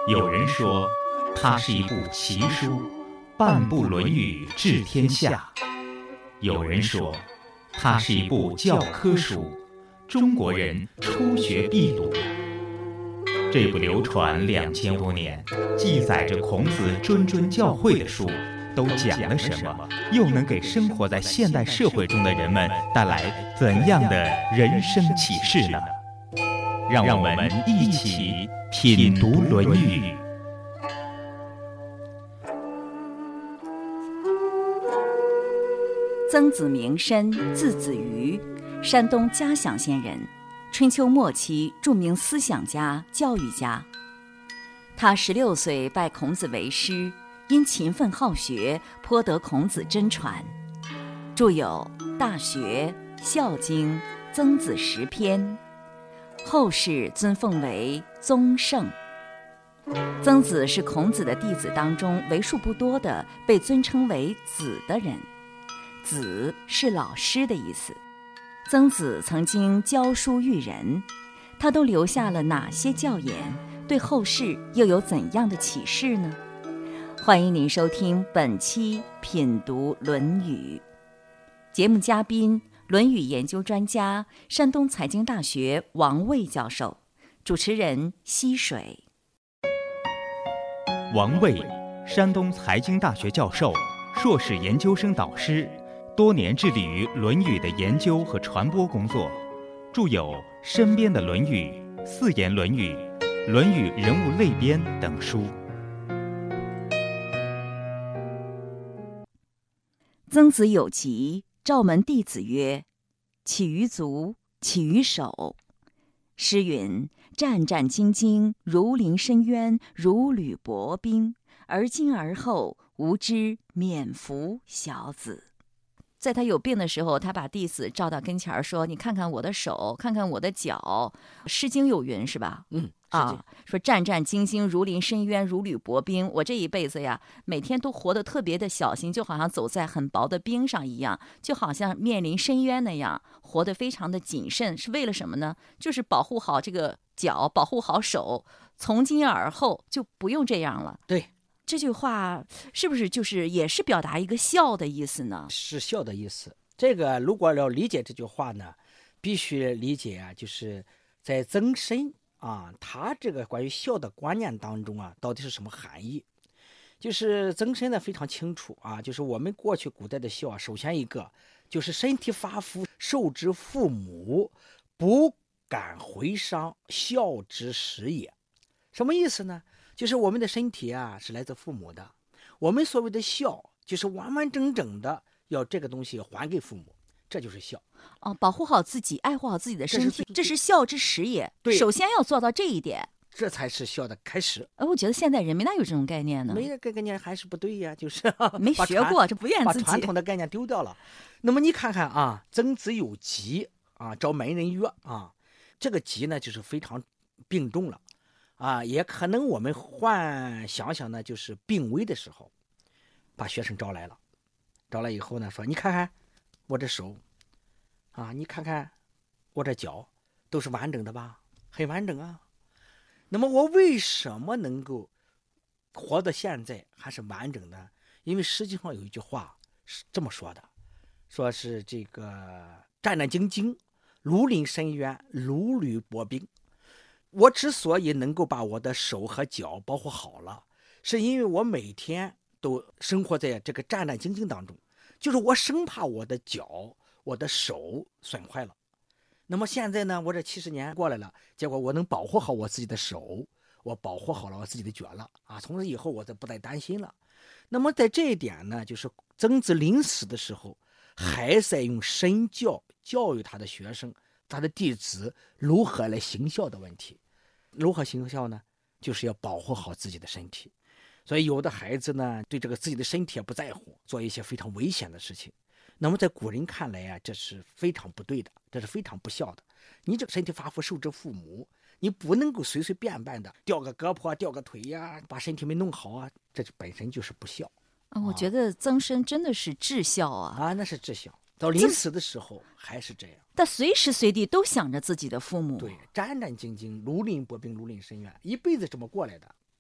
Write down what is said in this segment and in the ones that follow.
有人说，它是一部奇书，半部《论语》治天下；有人说，它是一部教科书，中国人初学必读。这部流传2000多年，记载着孔子谆谆教诲的书，都讲了什么？又能给生活在现代社会中的人们带来怎样的人生启示呢？让我们一起品读《论语》。 曾子名申，字子瑜，山东嘉祥县人，春秋末期著名思想家、教育家。他16岁拜孔子为师，因勤奋好学，颇得孔子真传，著有《大学》《孝经》《曾子十篇》，后世尊奉为宗圣。曾子是孔子的弟子当中为数不多的被尊称为子的人，子是老师的意思。曾子曾经教书育人，他都留下了哪些教言？对后世又有怎样的启示呢？欢迎您收听本期品读《论语》，节目嘉宾论语研究专家、山东财经大学王卫教授，主持人溪水。 王卫，山东财经大学教授、硕士研究生导师，多年致力于《论语》的研究和传播工作，著有《身边的论语》《四言论语》《论语人物类编》等书。 曾子有疾，召门弟子曰：“起于足，起于手。”诗云：“战战兢兢，如临深渊，如履薄冰。而今而后，吾知免服小子。”在他有病的时候，他把弟子召到跟前说：“你看看我的手，看看我的脚。”《诗经》有云是吧？说战战兢兢，如临深渊，如履薄冰。我这一辈子呀，每天都活得特别的小心，就好像走在很薄的冰上一样，就好像面临深渊那样，活得非常的谨慎。是为了什么呢？就是保护好这个脚，保护好手。从今而后就不用这样了。 对。 这句话是不是就是也是表达一个孝的意思呢？ 是孝的意思。这个如果要理解这句话呢，必须理解啊，就是在曾参啊，他这个关于孝的观念当中啊，到底是什么含义？就是曾参呢非常清楚啊，就是我们过去古代的孝啊，首先一个就是身体发肤受之父母，不敢回伤，孝之始也。什么意思呢？就是我们的身体啊是来自父母的，我们所谓的孝就是完完整整的要这个东西还给父母，这就是孝。 保护好自己，爱护好自己的身体，这是孝之始也。 对， 首先要做到这一点， 这才是孝的开始。 我觉得现代人没哪有这种概念呢， 没这个概念还是不对呀，就是没学过，这不怨自己， 把传统的概念丢掉了。那么你看看啊，曾子有疾啊，召门人曰啊，这个疾呢就是非常病重了。也可能我们想想呢，就是病危的时候，把学生招来了，招来以后呢，说你看看我这手，你看看我这脚，都是完整的吧？很完整啊。那么我为什么能够活到现在还是完整的？因为实际上有一句话是这么说的，说是这个战战兢兢，如临深渊，如履薄冰。我之所以能够把我的手和脚保护好了，是因为我每天都生活在这个战战兢兢当中，就是我生怕我的脚、我的手损坏了。那么现在呢，我这70年过来了，结果我能保护好我自己的手，我保护好了我自己的脚了啊！从此以后我就不再担心了。那么在这一点呢，就是曾子临死的时候，还在用身教教育他的学生、他的弟子如何来行孝的问题。如何行孝呢？就是要保护好自己的身体。所以有的孩子呢，对这个自己的身体也不在乎，做一些非常危险的事情。那么在古人看来啊，这是非常不对的，这是非常不孝的。你这个身体发肤受之父母，你不能够随随便便的掉个胳膊掉个腿呀，把身体没弄好啊，这本身就是不孝。 我觉得曾参真的是至孝啊！ 那是至孝。到临死的时候还是这样， 但随时随地都想着自己的父母。 对，战战兢兢，如临薄冰，如临深渊，一辈子这么过来的。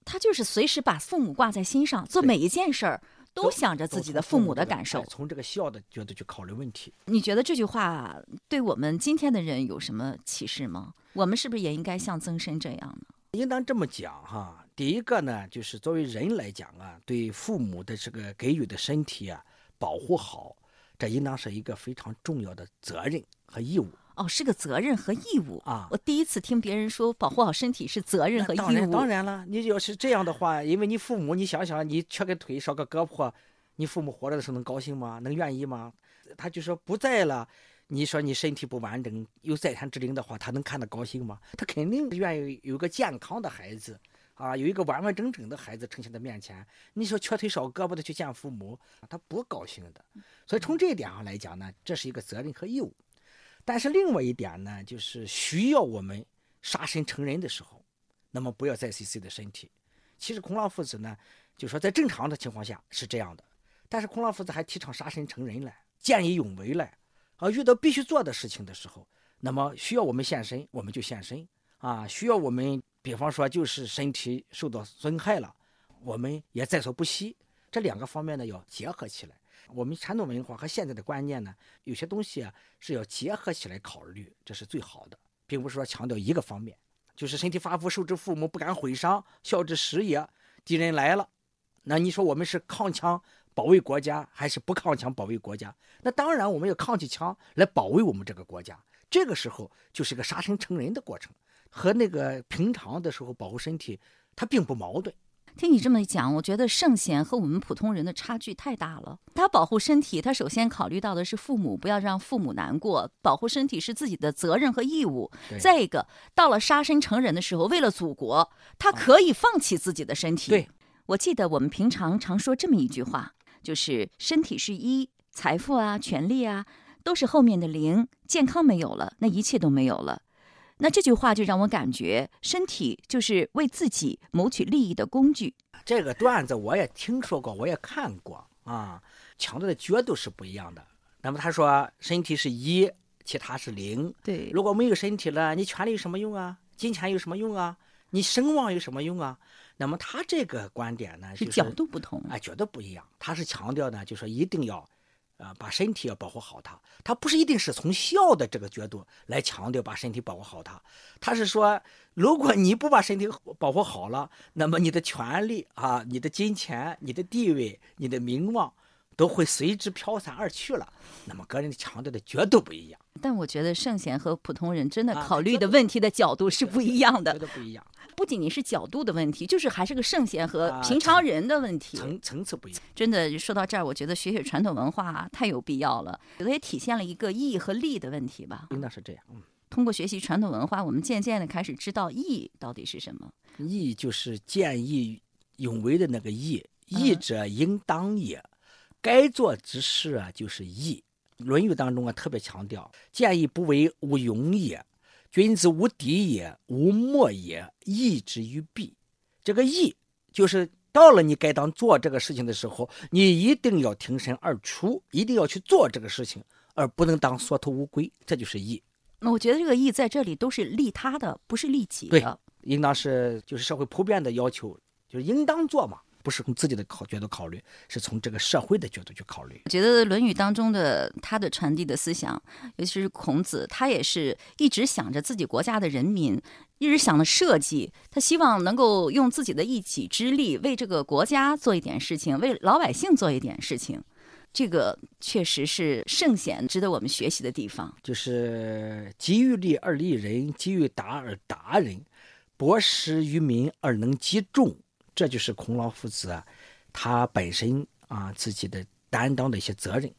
他就是随时把父母挂在心上，做每一件事儿都想着自己的父母的感受， 从这个孝的角度去考虑问题。 你觉得这句话对我们今天的人有什么启示吗？我们是不是也应该像曾参这样呢？ 应当这么讲哈。第一个呢，就是作为人来讲啊，对父母的这个给予的身体啊保护好，这应当是一个非常重要的责任和义务。 哦，是个责任和义务啊！ 我第一次听别人说保护好身体是责任和义务。 当然了，你要是这样的话，因为你父母，你想想，你缺个腿少个胳膊，你父母活着的时候能高兴吗？能愿意吗？他就说不在了，你说你身体不完整，有在天之灵的话，他能看得高兴吗？他肯定愿意有个健康的孩子啊，有一个完完整整的孩子呈现在面前。你说缺腿少胳膊的去见父母，他不高兴的。所以从这一点上来讲呢，这是一个责任和义务。但是另外一点呢，就是需要我们杀身成仁的时候，那么不要再惜自己的身体。其实孔老夫子呢，就说在正常的情况下是这样的，但是孔老夫子还提倡杀身成仁来，见义勇为来啊。遇到必须做的事情的时候，那么需要我们献身，我们就献身啊。需要我们，比方说就是身体受到损害了，我们也在所不惜。这两个方面呢要结合起来。我们传统文化和现在的观念呢，有些东西啊是要结合起来考虑，这是最好的，并不是说强调一个方面。就是身体发肤受之父母，不敢毁伤，孝之始也。敌人来了，那你说我们是抗强保卫国家，还是不抗强保卫国家？那当然我们要抗起强来保卫我们这个国家。这个时候就是个杀身成仁的过程，和那个平常的时候保护身体，它并不矛盾。 听你这么一讲，我觉得圣贤和我们普通人的差距太大了。他保护身体，他首先考虑到的是父母，不要让父母难过，保护身体是自己的责任和义务。再一个，到了杀身成仁的时候，为了祖国，他可以放弃自己的身体。 对， 我记得我们平常说这么一句话，就是身体是一，财富啊、权利啊，都是后面的零，健康没有了，那一切都没有了。那这句话就让我感觉，身体就是为自己谋取利益的工具。 这个段子我也听说过，我也看过啊，强调的角度是不一样的。那么他说，身体是一，其他是零。 对， 如果没有身体了，你权力有什么用啊？金钱有什么用啊？你声望有什么用啊？那么他这个观点呢， 是角度不同啊，角度不一样。他是强调呢，就说一定要。把身体要保护好它，它不是一定是从孝的这个角度来强调把身体保护好它，他是说，如果你不把身体保护好了，那么你的权利啊、你的金钱、你的地位、你的名望都会随之飘散而去了。那么个人强调的角度不一样， 但我觉得圣贤和普通人真的考虑的问题的角度是不一样的， 觉得不一样。 不仅仅是角度的问题，就是还是个圣贤和平常人的问题， 层次不一样。 真的说到这儿，我觉得学传统文化太有必要了，觉得也体现了一个义和利的问题吧。 应当是这样。 通过学习传统文化，我们渐渐的开始知道义到底是什么。 义就是见义勇为的那个义，义者应当也，该做之事啊就是义。《论语》当中啊特别强调，见义不为无勇也。君子无敌也，无莫也，义之于必。这个义就是到了你该当做这个事情的时候，你一定要挺身而出，一定要去做这个事情，而不能当缩头乌龟，这就是义。 那我觉得这个义在这里都是利他的，不是利己的。 对，应当是就是社会普遍的要求，就是应当做嘛。不是从自己的角度考虑，是从这个社会的角度去考虑。 我觉得《论语》当中的他的传递的思想，尤其是孔子，他也是一直想着自己国家的人民，一直想着设计，他希望能够用自己的一己之力为这个国家做一点事情，为老百姓做一点事情。这个确实是圣贤值得我们学习的地方。 就是己欲立而立人，己欲达而达人，博施于民而能济众。这就是孔老夫子啊，他本身啊自己的担当的一些责任。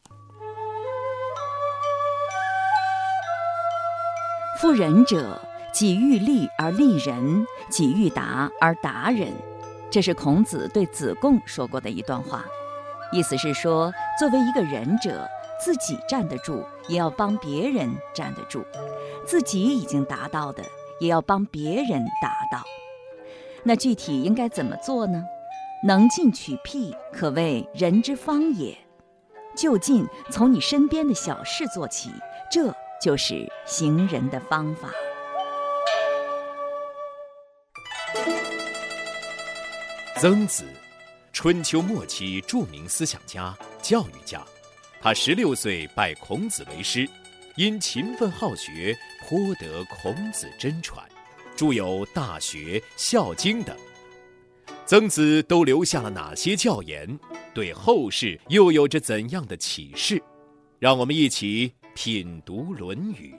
夫仁者，己欲立而立人，己欲达而达人。这是孔子对子贡说过的一段话，意思是说，作为一个仁者，自己站得住，也要帮别人站得住；自己已经达到的，也要帮别人达到。那具体应该怎么做呢？能进取辟，可谓人之方也。就近从你身边的小事做起，这就是行人的方法。 曾子，春秋末期著名思想家、教育家。他16岁拜孔子为师，因勤奋好学，颇得孔子真传，著有《大学》《孝经》等。曾子都留下了哪些教言？对后世又有着怎样的启示？让我们一起品读《论语》。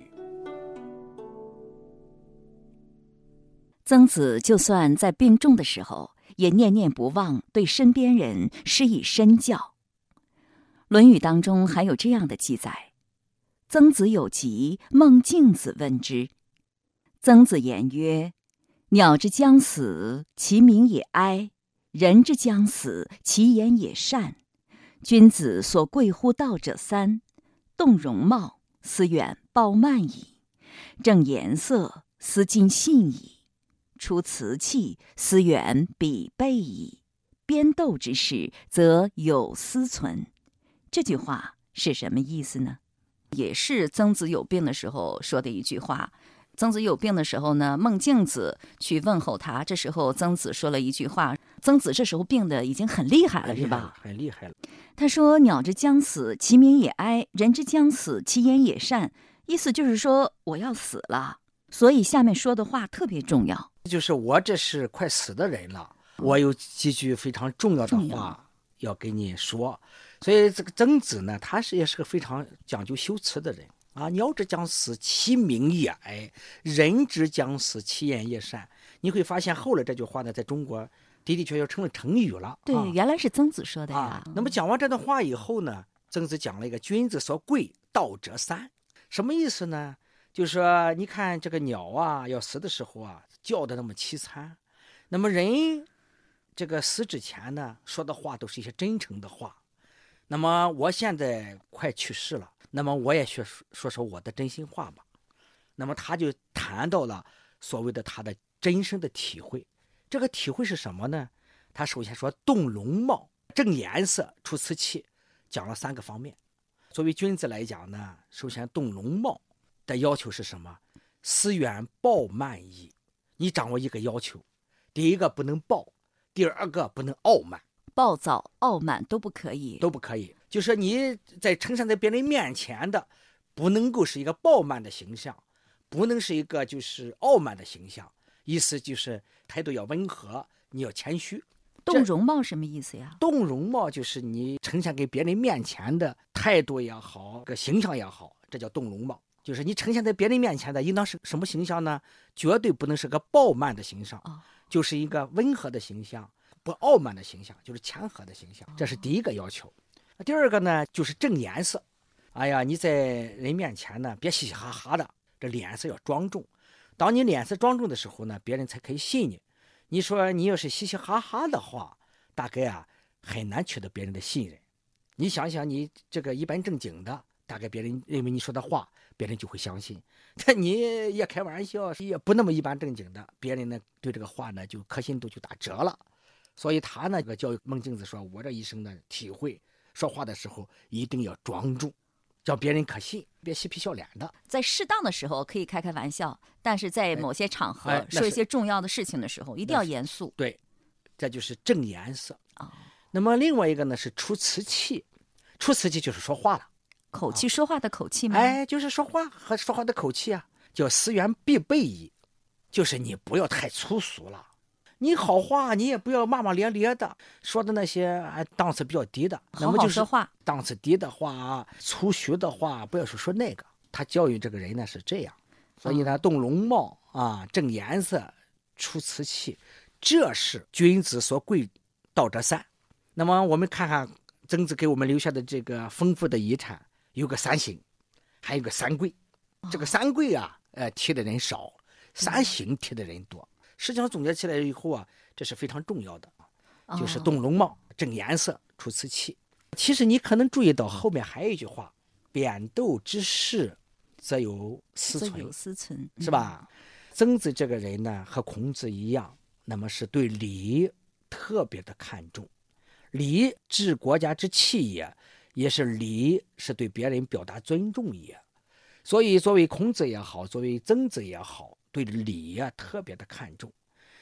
曾子就算在病重的时候，也念念不忘对身边人施以身教。《论语》当中还有这样的记载：曾子有疾，孟敬子问之。曾子言曰：鸟之将死，其鸣也哀；人之将死，其言也善。君子所贵乎道者三：动容貌，思远暴慢矣；正颜色，思近信矣；出辞器，思远彼备矣。边斗之事，则有思存。这句话是什么意思呢？也是曾子有病的时候说的一句话。曾子有病的时候呢，孟敬子去问候他，这时候曾子说了一句话。曾子这时候病的已经很厉害了，是吧？ 很厉害了。 他说：鸟之将死，其鸣也哀；人之将死，其言也善。意思就是说我要死了，所以下面说的话特别重要。 就是我这是快死的人了，我有几句非常重要的话要给你说。所以这个曾子呢，他也是个非常讲究修辞的人啊。鸟之将死，其鸣也哀；人之将死，其言也善。你会发现后来这句话呢，在中国的的确确成了成语了。 对，原来是曾子说的呀。 那么讲完这段话以后呢，曾子讲了一个君子所贵道者三，什么意思呢？就是说你看这个鸟啊，要死的时候啊，叫的那么凄惨，那么人这个死之前呢，说的话都是一些真诚的话。那么我现在快去世了，那么我也说我的真心话吧。那么他就谈到了所谓的他的真实的体会。这个体会是什么呢？他首先说动容貌，正颜色，出辞器，讲了3个方面。作为君子来讲呢，首先动容貌的要求是什么？思远暴慢矣。你掌握一个要求，第一个不能暴，第二个不能傲慢。 暴躁、傲慢都不可以， 都不可以。就是你在呈现在别人面前的，不能够是一个暴慢的形象，不能是一个就是傲慢的形象。意思就是态度要温和，你要谦虚。 动容貌什么意思呀？ 动容貌就是你呈现给别人面前的态度也好，个形象也好，这叫动容貌。就是你呈现在别人面前的应当是什么形象呢？绝对不能是个暴慢的形象，就是一个温和的形象，不傲慢的形象，就是谦和的形象。这是第一个要求。第二个呢，就是正颜色。哎呀，你在人面前呢，别嘻嘻哈哈的，这脸色要庄重。当你脸色庄重的时候呢，别人才可以信你。你说你要是嘻嘻哈哈的话，大概啊很难取得别人的信任。你想想，你这个一本正经的，大概别人认为你说的话，别人就会相信。但你也开玩笑，也不那么一般正经的，别人呢对这个话呢就可信度就打折了。所以他呢，教育孟敬子说，我这一生的体会，说话的时候一定要庄重，叫别人可信，别嬉皮笑脸的。 在适当的时候可以开开玩笑，但是在某些场合说一些重要的事情的时候，一定要严肃。 对，这就是正颜色。那么另外一个呢是出辞器，出辞器就是说话了， 口气，说话的口气吗？ 就是说话和说话的口气啊，叫思远必备矣，就是你不要太粗俗了。你好话你也不要骂骂咧咧的，说的那些档次比较低的， 好好说话。 档次低的话，粗俗的话，不要说那个。他教育这个人呢是这样，所以呢，动容貌啊，正颜色，出辞器，这是君子所贵道者三。那么我们看看曾子给我们留下的这个丰富的遗产，有个3行，还有个3贵。这个3贵啊，提的人少，3行提的人多。实际上总结起来以后啊，这是非常重要的，就是动容貌、正颜色、出辞器。其实你可能注意到后面还有一句话：扁斗之事，则有思存，是吧？曾子这个人呢，和孔子一样，那么是对礼特别的看重。礼治国家之器也，也是礼是对别人表达尊重也。所以作为孔子也好，作为曾子也好，对礼特别的看重。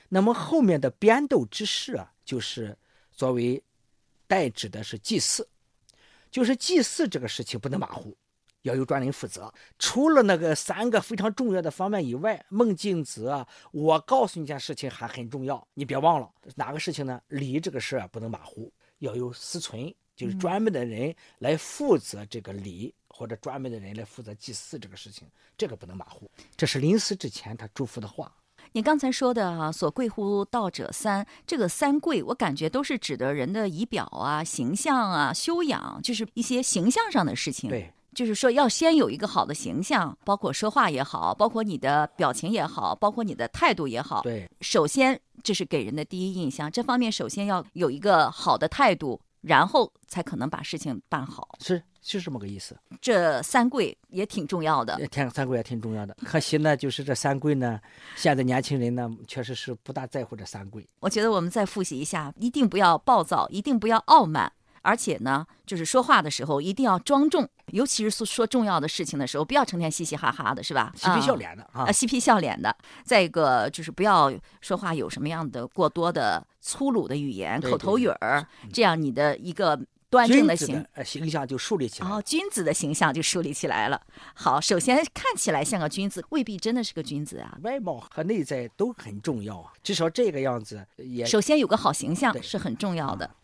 那么后面的编斗之事啊，就是作为代指的是祭祀，就是祭祀这个事情不能马虎，要有专人负责。除了那个3个非常重要的方面以外，孟敬子啊，我告诉你一件事情还很重要，你别忘了哪个事情呢？礼这个事啊不能马虎，要有司存，就是专门的人来负责这个礼，或者专门的人来负责祭祀这个事情，这个不能马虎。这是临死之前他嘱咐的话。 你刚才说的啊，所贵乎道者三，这个三贵，我感觉都是指的人的仪表啊、形象啊、修养，就是一些形象上的事情。 对， 就是说要先有一个好的形象，包括说话也好，包括你的表情也好，包括你的态度也好。 对， 首先这是给人的第一印象，这方面首先要有一个好的态度，然后才可能把事情办好。 是这么个意思。 这三贵也挺重要的， 三贵也挺重要的。可惜呢，就是这三贵呢，现在年轻人呢，确实是不大在乎这三贵。 我觉得我们再复习一下，一定不要暴躁，一定不要傲慢，而且呢，就是说话的时候一定要庄重，尤其是说重要的事情的时候，不要成天嘻嘻哈哈的，是吧？ 嬉皮笑脸的啊， 嬉皮笑脸的。再一个就是不要说话有什么样的过多的粗鲁的语言、口头语儿，这样你的一个端正的形象就树立起来了。 君子的形象就树立起来了。好，首先看起来像个君子，未必真的是个君子啊。 外貌和内在都很重要啊，至少这个样子也首先有个好形象是很重要的。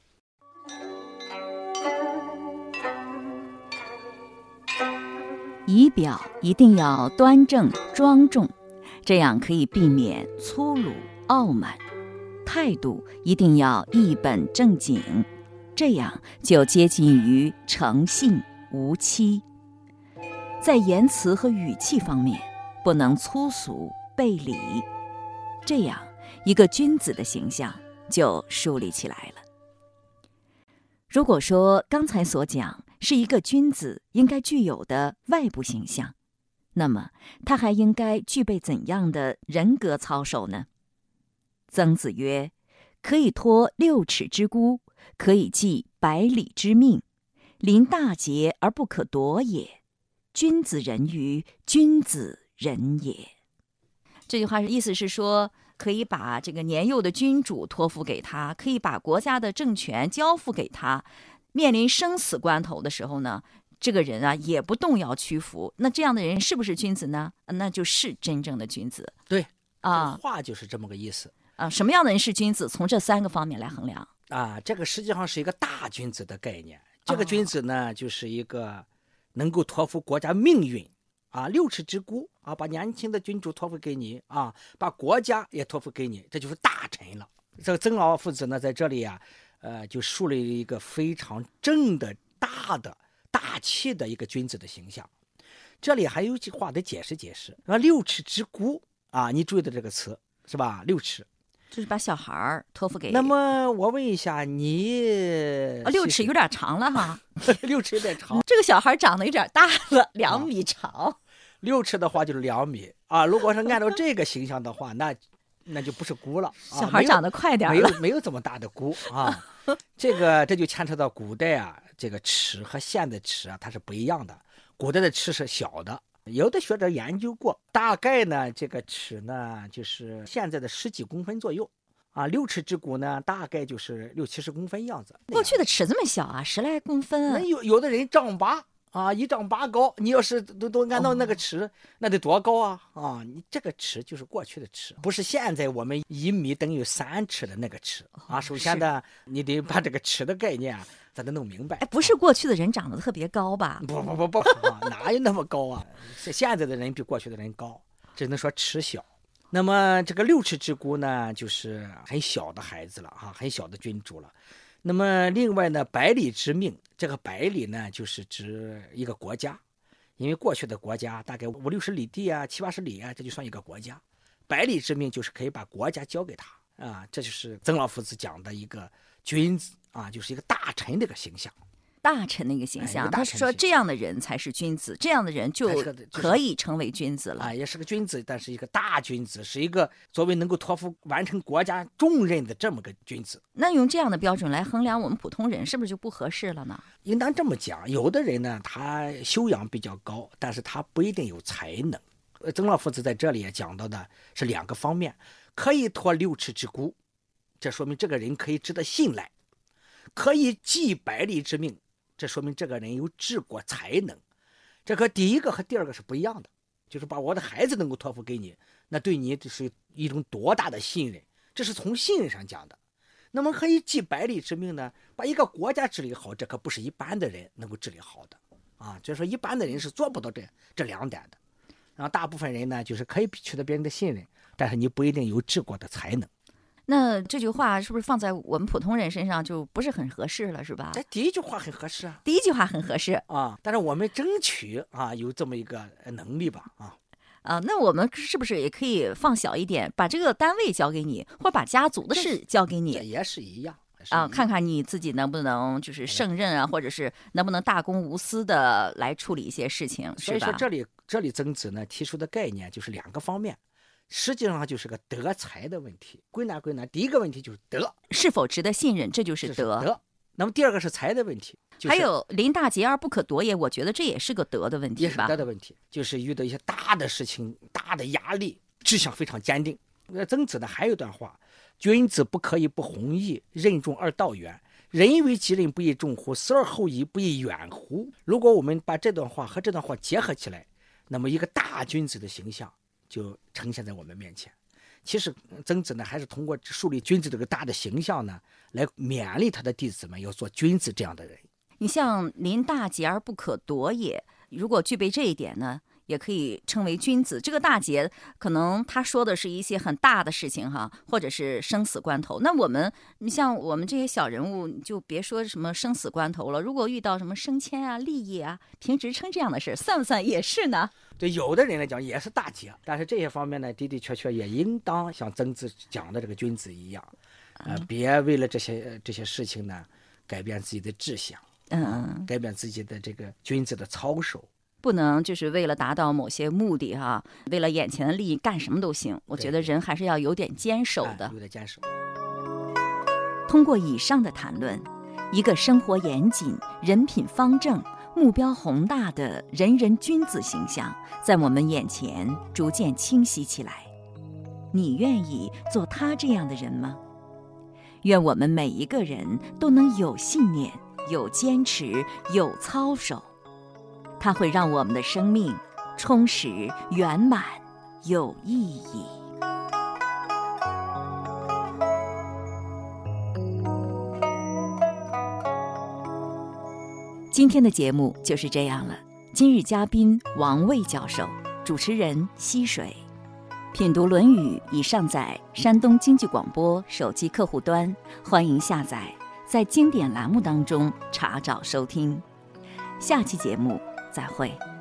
仪表一定要端正庄重，这样可以避免粗鲁傲慢；态度一定要一本正经，这样就接近于诚信无欺。在言辞和语气方面，不能粗俗背礼，这样一个君子的形象就树立起来了。如果说刚才所讲是一个君子应该具有的外部形象，那么他还应该具备怎样的人格操守呢？曾子曰：可以托6尺之孤，可以济100里之命，临大节而不可夺也。君子人于君子人也。这句话意思是说，可以把这个年幼的君主托付给他，可以把国家的政权交付给他，面临生死关头的时候呢，这个人啊也不动摇屈服。那这样的人是不是君子呢？那就是真正的君子。 对啊， 话就是这么个意思啊。什么样的人是君子？从这3个方面来衡量啊。这个实际上是一个大君子的概念。这个君子呢，就是一个能够托付国家命运啊，6尺之孤啊，把年轻的君主托付给你啊，把国家也托付给你，这就是大臣了。这个曾老父子呢，在这里啊，就树立了一个非常正的、大气的一个君子的形象。这里还有一句话得解释解释啊，6尺之孤啊，你注意的这个词是吧？6尺。 就是把小孩托付给。 那么我问一下你 ，6尺有点长了哈。 6尺有点长。 这个小孩长得有点大了，2米长。 6尺的话就是2米啊。如果是按照这个形象的话，那就不是孤了。 小孩长得快点了，没有这么大的孤啊。这就牵扯到古代啊，这个尺和现代尺啊，它是不一样的。古代的尺是小的。有的学者研究过，大概呢，这个尺呢，就是现在的10几公分左右啊。6尺之孤呢，大概就是60、70公分样子。 过去的尺这么小啊，10来公分啊。 那有的人1.8丈啊，1.8丈高，你要是都按照那个尺，那得多高啊！啊，你这个尺就是过去的尺，不是现在我们1米等于3尺的那个尺啊。首先呢，你得把这个尺的概念咱得弄明白。 哎，不是过去的人长得特别高吧？ 不，哪有那么高啊？现在的人比过去的人高，只能说尺小。那么这个6尺之孤呢，就是很小的孩子了哈，很小的君主了。那么另外呢，100里之命，这个100里呢，就是指一个国家，因为过去的国家大概50、60里地啊，70、80里啊，这就算一个国家。100里之命就是可以把国家交给他啊，这就是曾老夫子讲的一个君子啊，就是一个大臣的一个形象。 大臣的一个形象，他是说这样的人才是君子，这样的人就可以成为君子了。 也是个君子，但是一个大君子，是一个作为能够托付完成国家重任的这么个君子。 那用这样的标准来衡量我们普通人，是不是就不合适了呢？ 应当这么讲，有的人呢，他修养比较高，但是他不一定有才能。曾老夫子在这里也讲到的是2个方面， 可以托6尺之孤，这说明这个人可以值得信赖；可以济百里之命，这说明这个人有治国才能。这和第一个和第二个是不一样的，就是把我的孩子能够托付给你，那对你这是一种多大的信任，这是从信任上讲的。那么可以济百里之命呢，把一个国家治理好，这可不是一般的人能够治理好的啊。就是说一般的人是做不到这2点的。然后大部分人呢，就是可以取得别人的信任，但是你不一定有治国的才能。 那这句话是不是放在我们普通人身上就不是很合适了，是吧？ 这第一句话很合适啊， 第一句话很合适啊，但是我们争取啊有这么一个能力吧那我们是不是也可以放小一点，把这个单位交给你，或者把家族的事交给你？ 这也是一样看看你自己能不能就是胜任啊，或者是能不能大公无私的来处理一些事情， 所以说这里曾子呢提出的概念就是2个方面，实际上就是个德才的问题。归纳，第一个问题就是德是否值得信任，这就是德。 那么第二个是才的问题， 还有临大节而不可夺也，我觉得这也是个德的问题吧。 也是德的问题，就是遇到一些大的事情、大的压力，志向非常坚定。曾子呢还有一段话：君子不可以不弘毅，任重而道远。人以为己任不亦重乎？死而后已，不亦远乎？如果我们把这段话和这段话结合起来，那么一个大君子的形象就呈现在我们面前。其实曾子呢还是通过树立君子这个大的形象呢，来勉励他的弟子们要做君子这样的人。 你像临大节而不可夺也，如果具备这一点呢，也可以称为君子。这个大节可能他说的是一些很大的事情哈，或者是生死关头。那你像我们这些小人物，就别说什么生死关头了，如果遇到什么升迁啊、利益啊、评职称这样的事，算不算也是呢？ 对有的人来讲也是大节，但是这些方面呢，的确也应当像曾子讲的这个君子一样，别为了这些事情呢改变自己的志向，改变自己的这个君子的操守。 不能就是为了达到某些目的为了眼前的利益干什么都行。我觉得人还是要有点坚守的。 有点坚守。 通过以上的谈论，一个生活严谨、人品方正、目标宏大的人人君子形象，在我们眼前逐渐清晰起来。你愿意做他这样的人吗？愿我们每一个人都能有信念、有坚持、有操守。它会让我们的生命充实、圆满、有意义。今天的节目就是这样了。今日嘉宾王卫教授，主持人溪水。品读《论语》已上载山东经济广播手机客户端，欢迎下载，在经典栏目当中查找收听。下期节目再会。